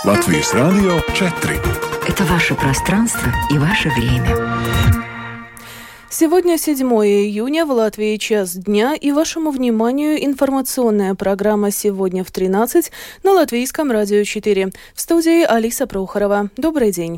Латвийс Радио 4. Это ваше пространство и ваше время. Сегодня 7 июня, в Латвии час дня, и вашему вниманию информационная программа «Сегодня в 13» на Латвийском радио 4. В студии Алиса Прохорова. Добрый день.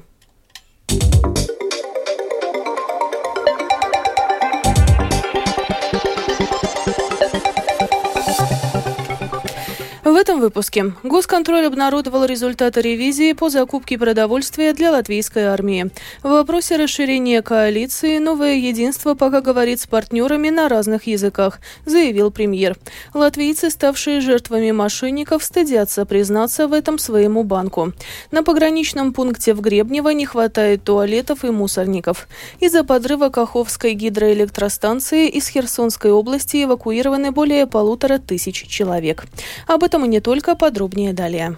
В этом выпуске Госконтроль обнародовал результаты ревизии по закупке продовольствия для латвийской армии. В вопросе расширения коалиции «Новое единство пока говорит с партнерами на разных языках», заявил премьер. Латвийцы, ставшие жертвами мошенников, стыдятся признаться в этом своему банку. На пограничном пункте в Гребнево не хватает туалетов и мусорников. Из-за подрыва Каховской гидроэлектростанции из Херсонской области эвакуированы более 1500 человек. Об этом и не только, подробнее далее.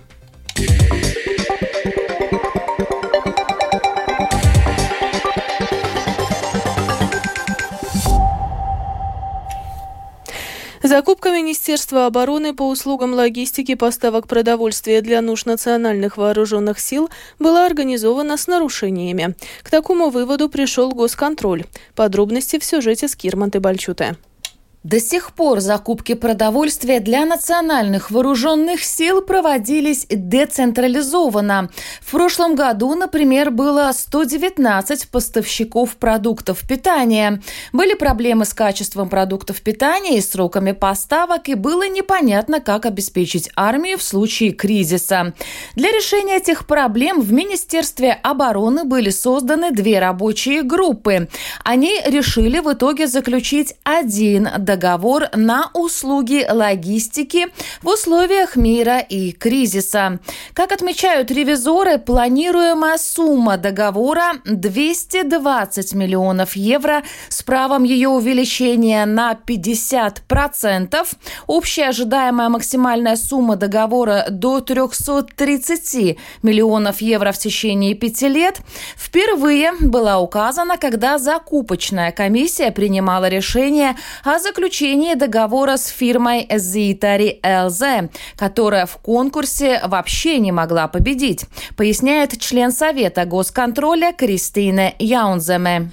Закупка Министерства обороны по услугам логистики поставок продовольствия для нужд национальных вооруженных сил была организована с нарушениями. К такому выводу пришел Госконтроль. Подробности в сюжете с Кирманты Бальчуте. До сих пор закупки продовольствия для национальных вооруженных сил проводились децентрализованно. В прошлом году, например, было 119 поставщиков продуктов питания. Были проблемы с качеством продуктов питания и сроками поставок, и было непонятно, как обеспечить армию в случае кризиса. Для решения этих проблем в Министерстве обороны были созданы две рабочие группы. Они решили в итоге заключить один договор на услуги логистики в условиях мира и кризиса. Как отмечают ревизоры, планируемая сумма договора 220 миллионов евро с правом ее увеличения на 50%. Общая ожидаемая максимальная сумма договора до 330 миллионов евро в течение 5 лет впервые была указана, когда закупочная комиссия принимала решение о заключении договора с фирмой Zitari LZ, которая в конкурсе вообще не могла победить, поясняет член Совета Госконтроля Кристина Яунземе.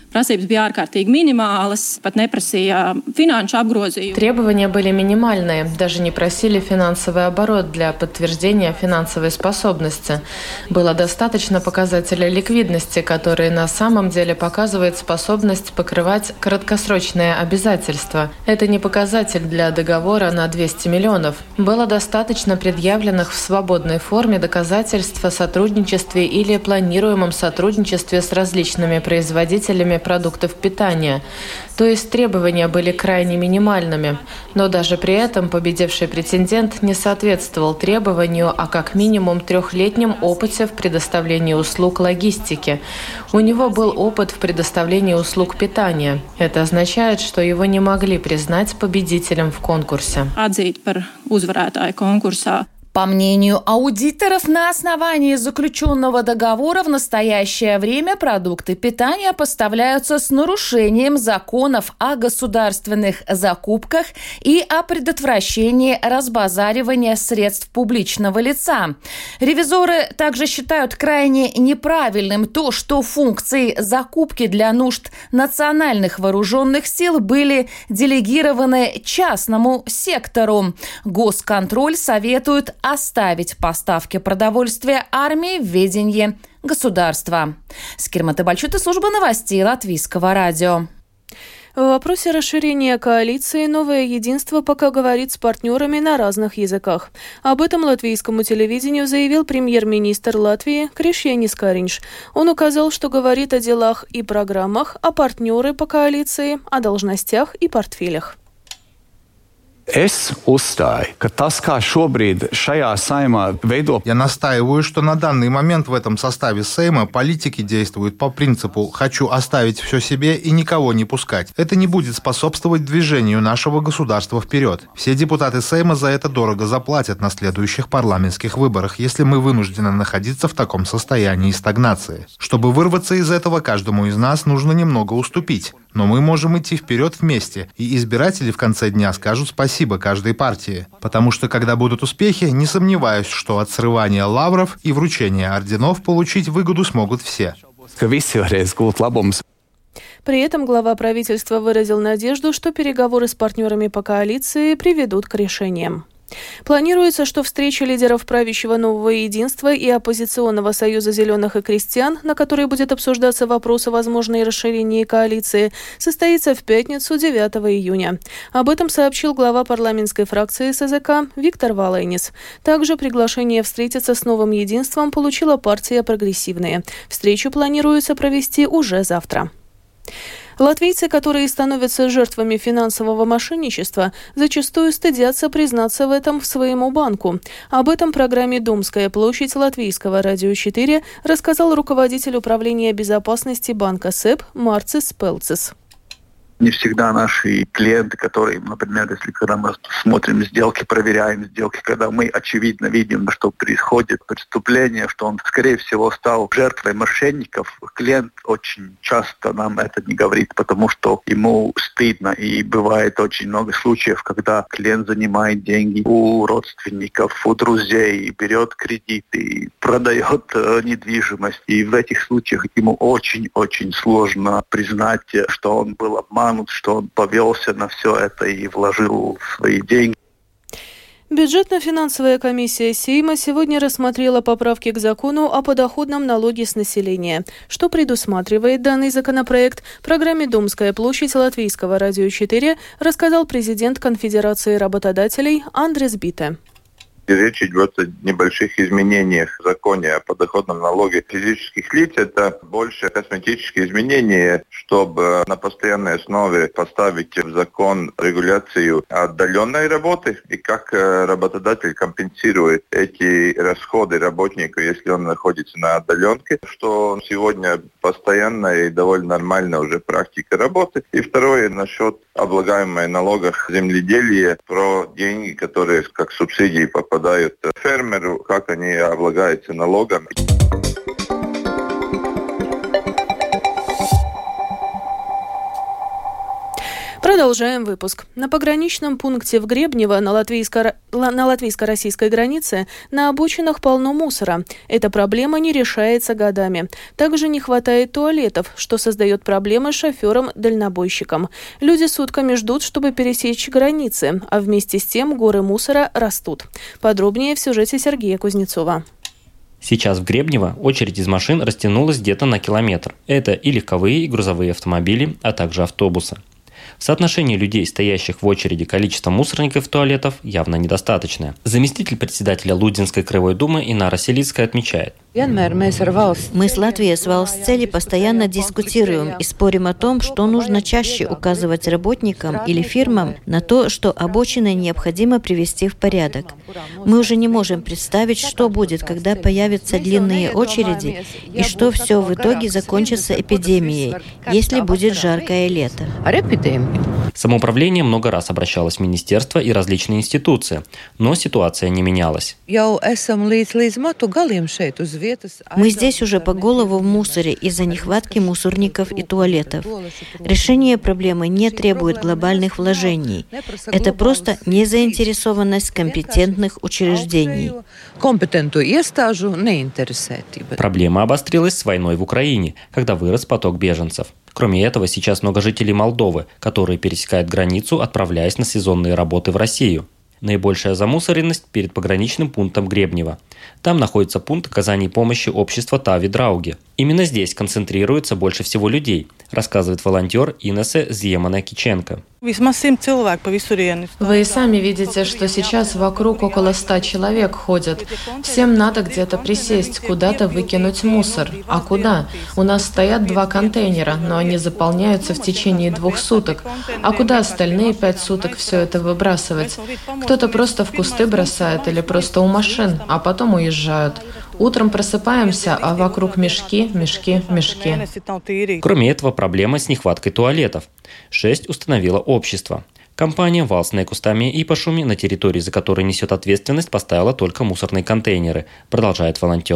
Требования были минимальные, даже не просили финансовый оборот для подтверждения финансовой способности. Было достаточно показателя ликвидности, которые на самом деле показывают способность покрывать краткосрочные обязательства. Это не показатель для договора на 200 миллионов. Было достаточно предъявленных в свободной форме доказательств о сотрудничестве или планируемом сотрудничестве с различными производителями продуктов питания. То есть требования были крайне минимальными. Но даже при этом победивший претендент не соответствовал требованию о как минимум 3-летнем опыте в предоставлении услуг логистики. У него был опыт в предоставлении услуг питания. Это означает, что его не могли признать победителем в конкурсе. По мнению аудиторов, на основании заключенного договора в настоящее время продукты питания поставляются с нарушением законов о государственных закупках и о предотвращении разбазаривания средств публичного лица. Ревизоры также считают крайне неправильным то, что функции закупки для нужд национальных вооруженных сил были делегированы частному сектору. Госконтроль советует оставить поставки продовольствия армии в ведении государства. С Кирманты Бальчуте, служба новостей Латвийского радио. В вопросе расширения коалиции «Новое единство» пока говорит с партнерами на разных языках. Об этом латвийскому телевидению заявил премьер-министр Латвии Кришьянис Кариньш. Он указал, что говорит о делах и программах, а партнеры по коалиции – о должностях и портфелях. Я настаиваю, что на данный момент в этом составе Сейма политики действуют по принципу «хочу оставить все себе и никого не пускать». Это не будет способствовать движению нашего государства вперед. Все депутаты Сейма за это дорого заплатят на следующих парламентских выборах, если мы вынуждены находиться в таком состоянии стагнации. Чтобы вырваться из этого, каждому из нас нужно немного уступить. Но мы можем идти вперед вместе, и избиратели в конце дня скажут спасибо каждой партии. Потому что, когда будут успехи, не сомневаюсь, что от срывания лавров и вручения орденов получить выгоду смогут все. При этом глава правительства выразил надежду, что переговоры с партнерами по коалиции приведут к решениям. Планируется, что встреча лидеров правящего Нового единства и оппозиционного союза зеленых и крестьян, на которой будет обсуждаться вопрос о возможной расширении коалиции, состоится в пятницу 9 июня. Об этом сообщил глава парламентской фракции СЗК Виктор Валайнис. Также приглашение встретиться с Новым единством получила партия «Прогрессивные». Встречу планируется провести уже завтра. Латвийцы, которые становятся жертвами финансового мошенничества, зачастую стыдятся признаться в этом своему банку. Об этом программе «Домская площадь» Латвийского радио 4 рассказал руководитель управления безопасности банка СЭП Марцис Пелцис. Не всегда наши клиенты, которые, например, когда мы смотрим сделки, проверяем сделки, когда мы очевидно видим, что происходит преступление, что он, скорее всего, стал жертвой мошенников, клиент очень часто нам это не говорит, потому что ему стыдно. И бывает очень много случаев, когда клиент занимает деньги у родственников, у друзей, берет кредиты, продает недвижимость. И в этих случаях ему очень-очень сложно признать, что он был обманут, что он повелся на все это и вложил свои деньги. Бюджетно-финансовая комиссия Сейма сегодня рассмотрела поправки к закону о подоходном налоге с населения. Что предусматривает данный законопроект, в программе «Домская площадь» Латвийского радио 4 рассказал президент Конфедерации работодателей Андрес Бите. Речь идет о небольших изменениях в законе о подоходном налоге физических лиц. Это больше косметические изменения, чтобы на постоянной основе поставить в закон регуляцию отдаленной работы и как работодатель компенсирует эти расходы работнику, если он находится на отдаленке, что сегодня постоянная и довольно нормальная уже практика работы. И второе, насчет облагаемой налогах земледелия, про деньги, которые как субсидии попадают фермеру, как они облагаются налогом. Продолжаем выпуск. На пограничном пункте в Гребнево на латвийско-российской границе на обочинах полно мусора. Эта проблема не решается годами. Также не хватает туалетов, что создает проблемы шоферам-дальнобойщикам. Люди сутками ждут, чтобы пересечь границы, а вместе с тем горы мусора растут. Подробнее в сюжете Сергея Кузнецова. Сейчас в Гребнево очередь из машин растянулась где-то на километр. Это и легковые, и грузовые автомобили, а также автобусы. В соотношении людей, стоящих в очереди, количество мусорников и туалетов явно недостаточное. Заместитель председателя Лудзинской краевой думы Инара Селицкая отмечает. Мы с Латвией с Valsts постоянно дискутируем и спорим о том, что нужно чаще указывать работникам или фирмам на то, что обочины необходимо привести в порядок. Мы уже не можем представить, что будет, когда появятся длинные очереди, и что все в итоге закончится эпидемией, если будет жаркое лето. Самоуправление много раз обращалось в министерство и различные институции, но ситуация не менялась. Мы здесь уже по голову в мусоре из-за нехватки мусорников и туалетов. Решение проблемы не требует глобальных вложений. Это просто незаинтересованность компетентных учреждений. Проблема обострилась с войной в Украине, когда вырос поток беженцев. Кроме этого, сейчас много жителей Молдовы, которые пересекают границу, отправляясь на сезонные работы в Россию. Наибольшая замусоренность перед пограничным пунктом Гребнева. Там находится пункт оказания помощи общества Тави Драуги. Именно здесь концентрируется больше всего людей, рассказывает волонтер Инесе Зьемана-Киченко. Вы и сами видите, что сейчас вокруг около 100 человек ходят. Всем надо где-то присесть, куда-то выкинуть мусор. А куда? У нас стоят 2 контейнера, но они заполняются в течение 2 суток. А куда остальные 5 суток все это выбрасывать? Кто-то просто в кусты бросает или просто у машин, а потом уезжают. Утром просыпаемся, а вокруг мешки, мешки, мешки. Кроме этого, проблема с нехваткой туалетов. 6 установило общество. Компания Valsts Kustami Īpašumi, на территории, за которой несет ответственность, поставила только мусорные контейнеры, продолжает волонтер.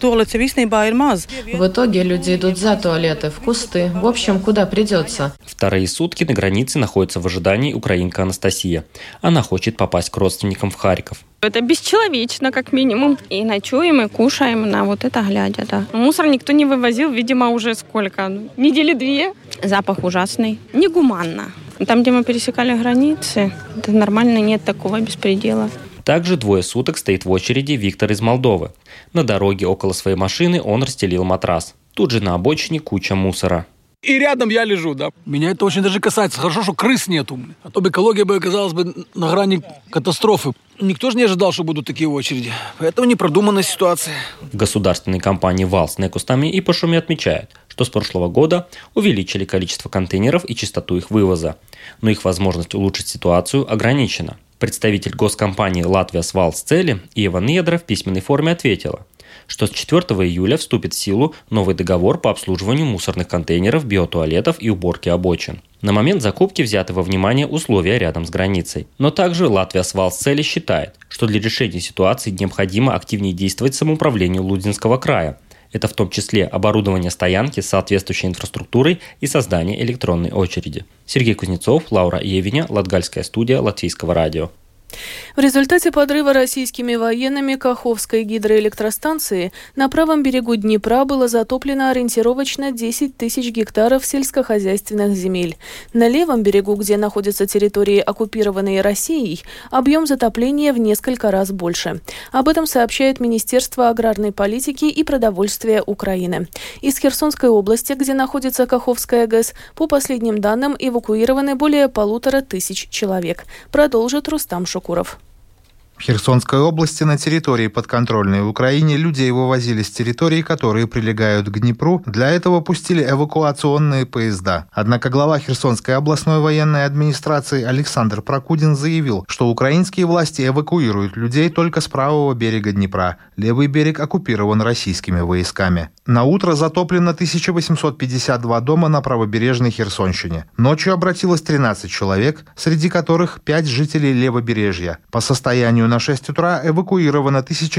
В итоге люди идут за туалеты, в кусты, в общем, куда придется. Вторые сутки на границе находится в ожидании украинка Анастасия. Она хочет попасть к родственникам в Харьков. Это бесчеловечно, как минимум. И ночуем, и кушаем на вот это глядя, да. Мусор никто не вывозил, видимо, уже сколько? Недели 2. Запах ужасный. Негуманно. Там, где мы пересекали границы, это нормально, нет такого беспредела. Также 2 суток стоит в очереди Виктор из Молдовы. На дороге около своей машины он расстелил матрас. Тут же на обочине куча мусора. И рядом я лежу, да. Меня это очень даже касается. Хорошо, что крыс нету. А то бы экология бы оказалась бы на грани катастрофы. Никто же не ожидал, что будут такие очереди. Поэтому непродуманная ситуация. В государственной компании «Вал» с Некустами и Пашуми отмечают, что с прошлого года увеличили количество контейнеров и частоту их вывоза. Но их возможность улучшить ситуацию ограничена. Представитель госкомпании «Латвия Свал с Цели» Ива Недра в письменной форме ответила, что с 4 июля вступит в силу новый договор по обслуживанию мусорных контейнеров, биотуалетов и уборке обочин. На момент закупки взяты во внимание условия рядом с границей. Но также Латвия Свал с Цели считает, что для решения ситуации необходимо активнее действовать самоуправлению Лудзинского края. Это в том числе оборудование стоянки с соответствующей инфраструктурой и создание электронной очереди. Сергей Кузнецов, Лаура Евиня, Латгальская студия Латвийского радио. В результате подрыва российскими военными Каховской гидроэлектростанции на правом берегу Днепра было затоплено ориентировочно 10 тысяч гектаров сельскохозяйственных земель. На левом берегу, где находятся территории, оккупированные Россией, объем затопления в несколько раз больше. Об этом сообщает Министерство аграрной политики и продовольствия Украины. Из Херсонской области, где находится Каховская ГЭС, по последним данным эвакуированы более 1500 человек. Продолжит Рустам Шукуров. В Херсонской области на территории, подконтрольной Украине, людей вывозили с территорий, которые прилегают к Днепру. Для этого пустили эвакуационные поезда. Однако глава Херсонской областной военной администрации Александр Прокудин заявил, что украинские власти эвакуируют людей только с правого берега Днепра. Левый берег оккупирован российскими войсками. На утро затоплено 1852 дома на правобережной Херсонщине. Ночью обратилось 13 человек, среди которых 5 жителей левобережья. По состоянию на 6 утра эвакуировано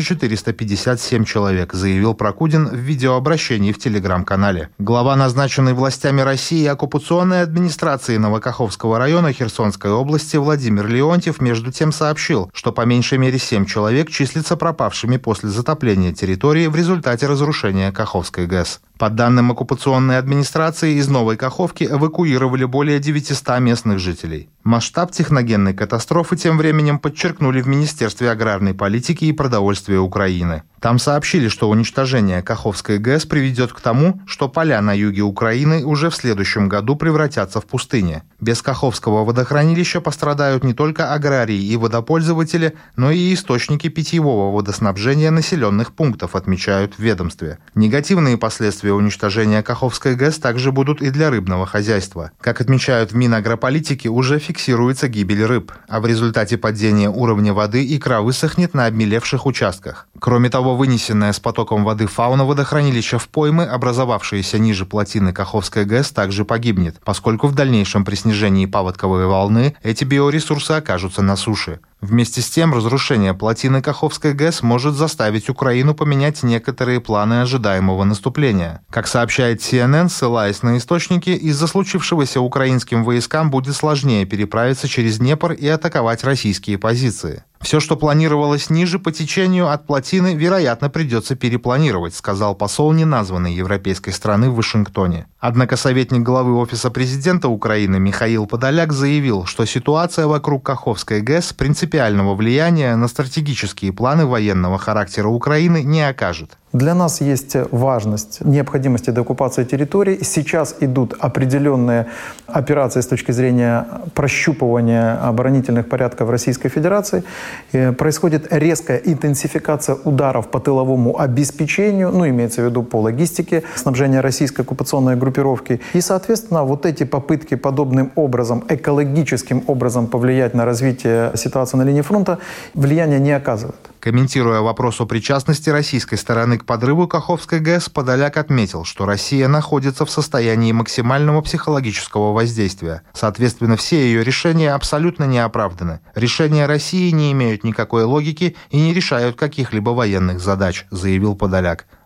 1457 человек, заявил Прокудин в видеообращении в телеграм-канале. Глава назначенной властями России оккупационной администрации Новокаховского района Херсонской области Владимир Леонтьев между тем сообщил, что по меньшей мере 7 человек числятся пропавшими после затопления территории в результате разрушения Каховской ГЭС. По данным оккупационной администрации, из Новой Каховки эвакуировали более 900 местных жителей. Масштаб техногенной катастрофы тем временем подчеркнули в Министерстве аграрной политики и продовольствия Украины. Там сообщили, что уничтожение Каховской ГЭС приведет к тому, что поля на юге Украины уже в следующем году превратятся в пустыни. Без Каховского водохранилища пострадают не только аграрии и водопользователи, но и источники питьевого водоснабжения населенных пунктов, отмечают в ведомстве. Негативные последствия уничтожения Каховской ГЭС также будут и для рыбного хозяйства. Как отмечают в Минагрополитике, уже фиксируется гибель рыб, а в результате падения уровня воды икра высохнет на обмелевших участках. Кроме того, вынесенная с потоком воды фауна водохранилища в поймы, образовавшиеся ниже плотины Каховской ГЭС, также погибнет, поскольку в дальнейшем при снижении паводковой волны эти биоресурсы окажутся на суше. Вместе с тем, разрушение плотины Каховской ГЭС может заставить Украину поменять некоторые планы ожидаемого наступления. Как сообщает CNN, ссылаясь на источники, из-за случившегося украинским войскам будет сложнее переправиться через Днепр и атаковать российские позиции. Все, что планировалось ниже по течению от плотины, вероятно, придется перепланировать, сказал посол неназванной европейской страны в Вашингтоне. Однако советник главы Офиса президента Украины Михаил Подоляк заявил, что ситуация вокруг Каховской ГЭС принципиального влияния на стратегические планы военного характера Украины не окажет. Для нас есть важность необходимости деоккупации территорий. Сейчас идут определенные операции с точки зрения прощупывания оборонительных порядков Российской Федерации. Происходит резкая интенсификация ударов по тыловому обеспечению, имеется в виду по логистике, снабжения российской оккупационной группировки. И, соответственно, вот эти попытки подобным образом, экологическим образом повлиять на развитие ситуации на линии фронта, влияния не оказывают. Комментируя вопрос о причастности российской стороны к подрыву Каховской ГЭС, Подоляк отметил, что Россия находится в состоянии максимального психологического воздействия. Соответственно, все ее решения абсолютно не оправданы. Решения России не имеют никакой логики и не решают каких-либо военных задач, заявил Подоляк.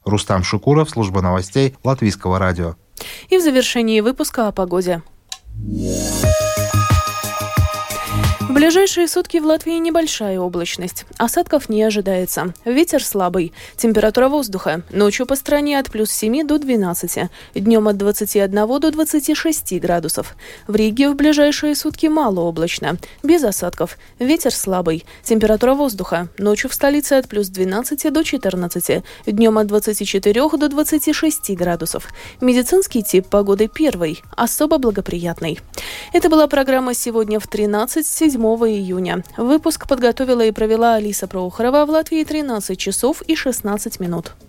Рустам Шукуров, служба новостей Латвийского радио. И в завершении выпуска о погоде. В ближайшие сутки в Латвии небольшая облачность. Осадков не ожидается. Ветер слабый. Температура воздуха. Ночью по стране от плюс 7 до 12. Днем от 21 до 26 градусов. В Риге в ближайшие сутки малооблачно. Без осадков. Ветер слабый. Температура воздуха. Ночью в столице от плюс 12 до 14. Днем от 24 до 26 градусов. Медицинский тип погоды первый. Особо благоприятный. Это была программа «Сегодня в 13», 7 июня. Выпуск подготовила и провела Алиса Проухорова. В Латвии 13 часов и 16 минут.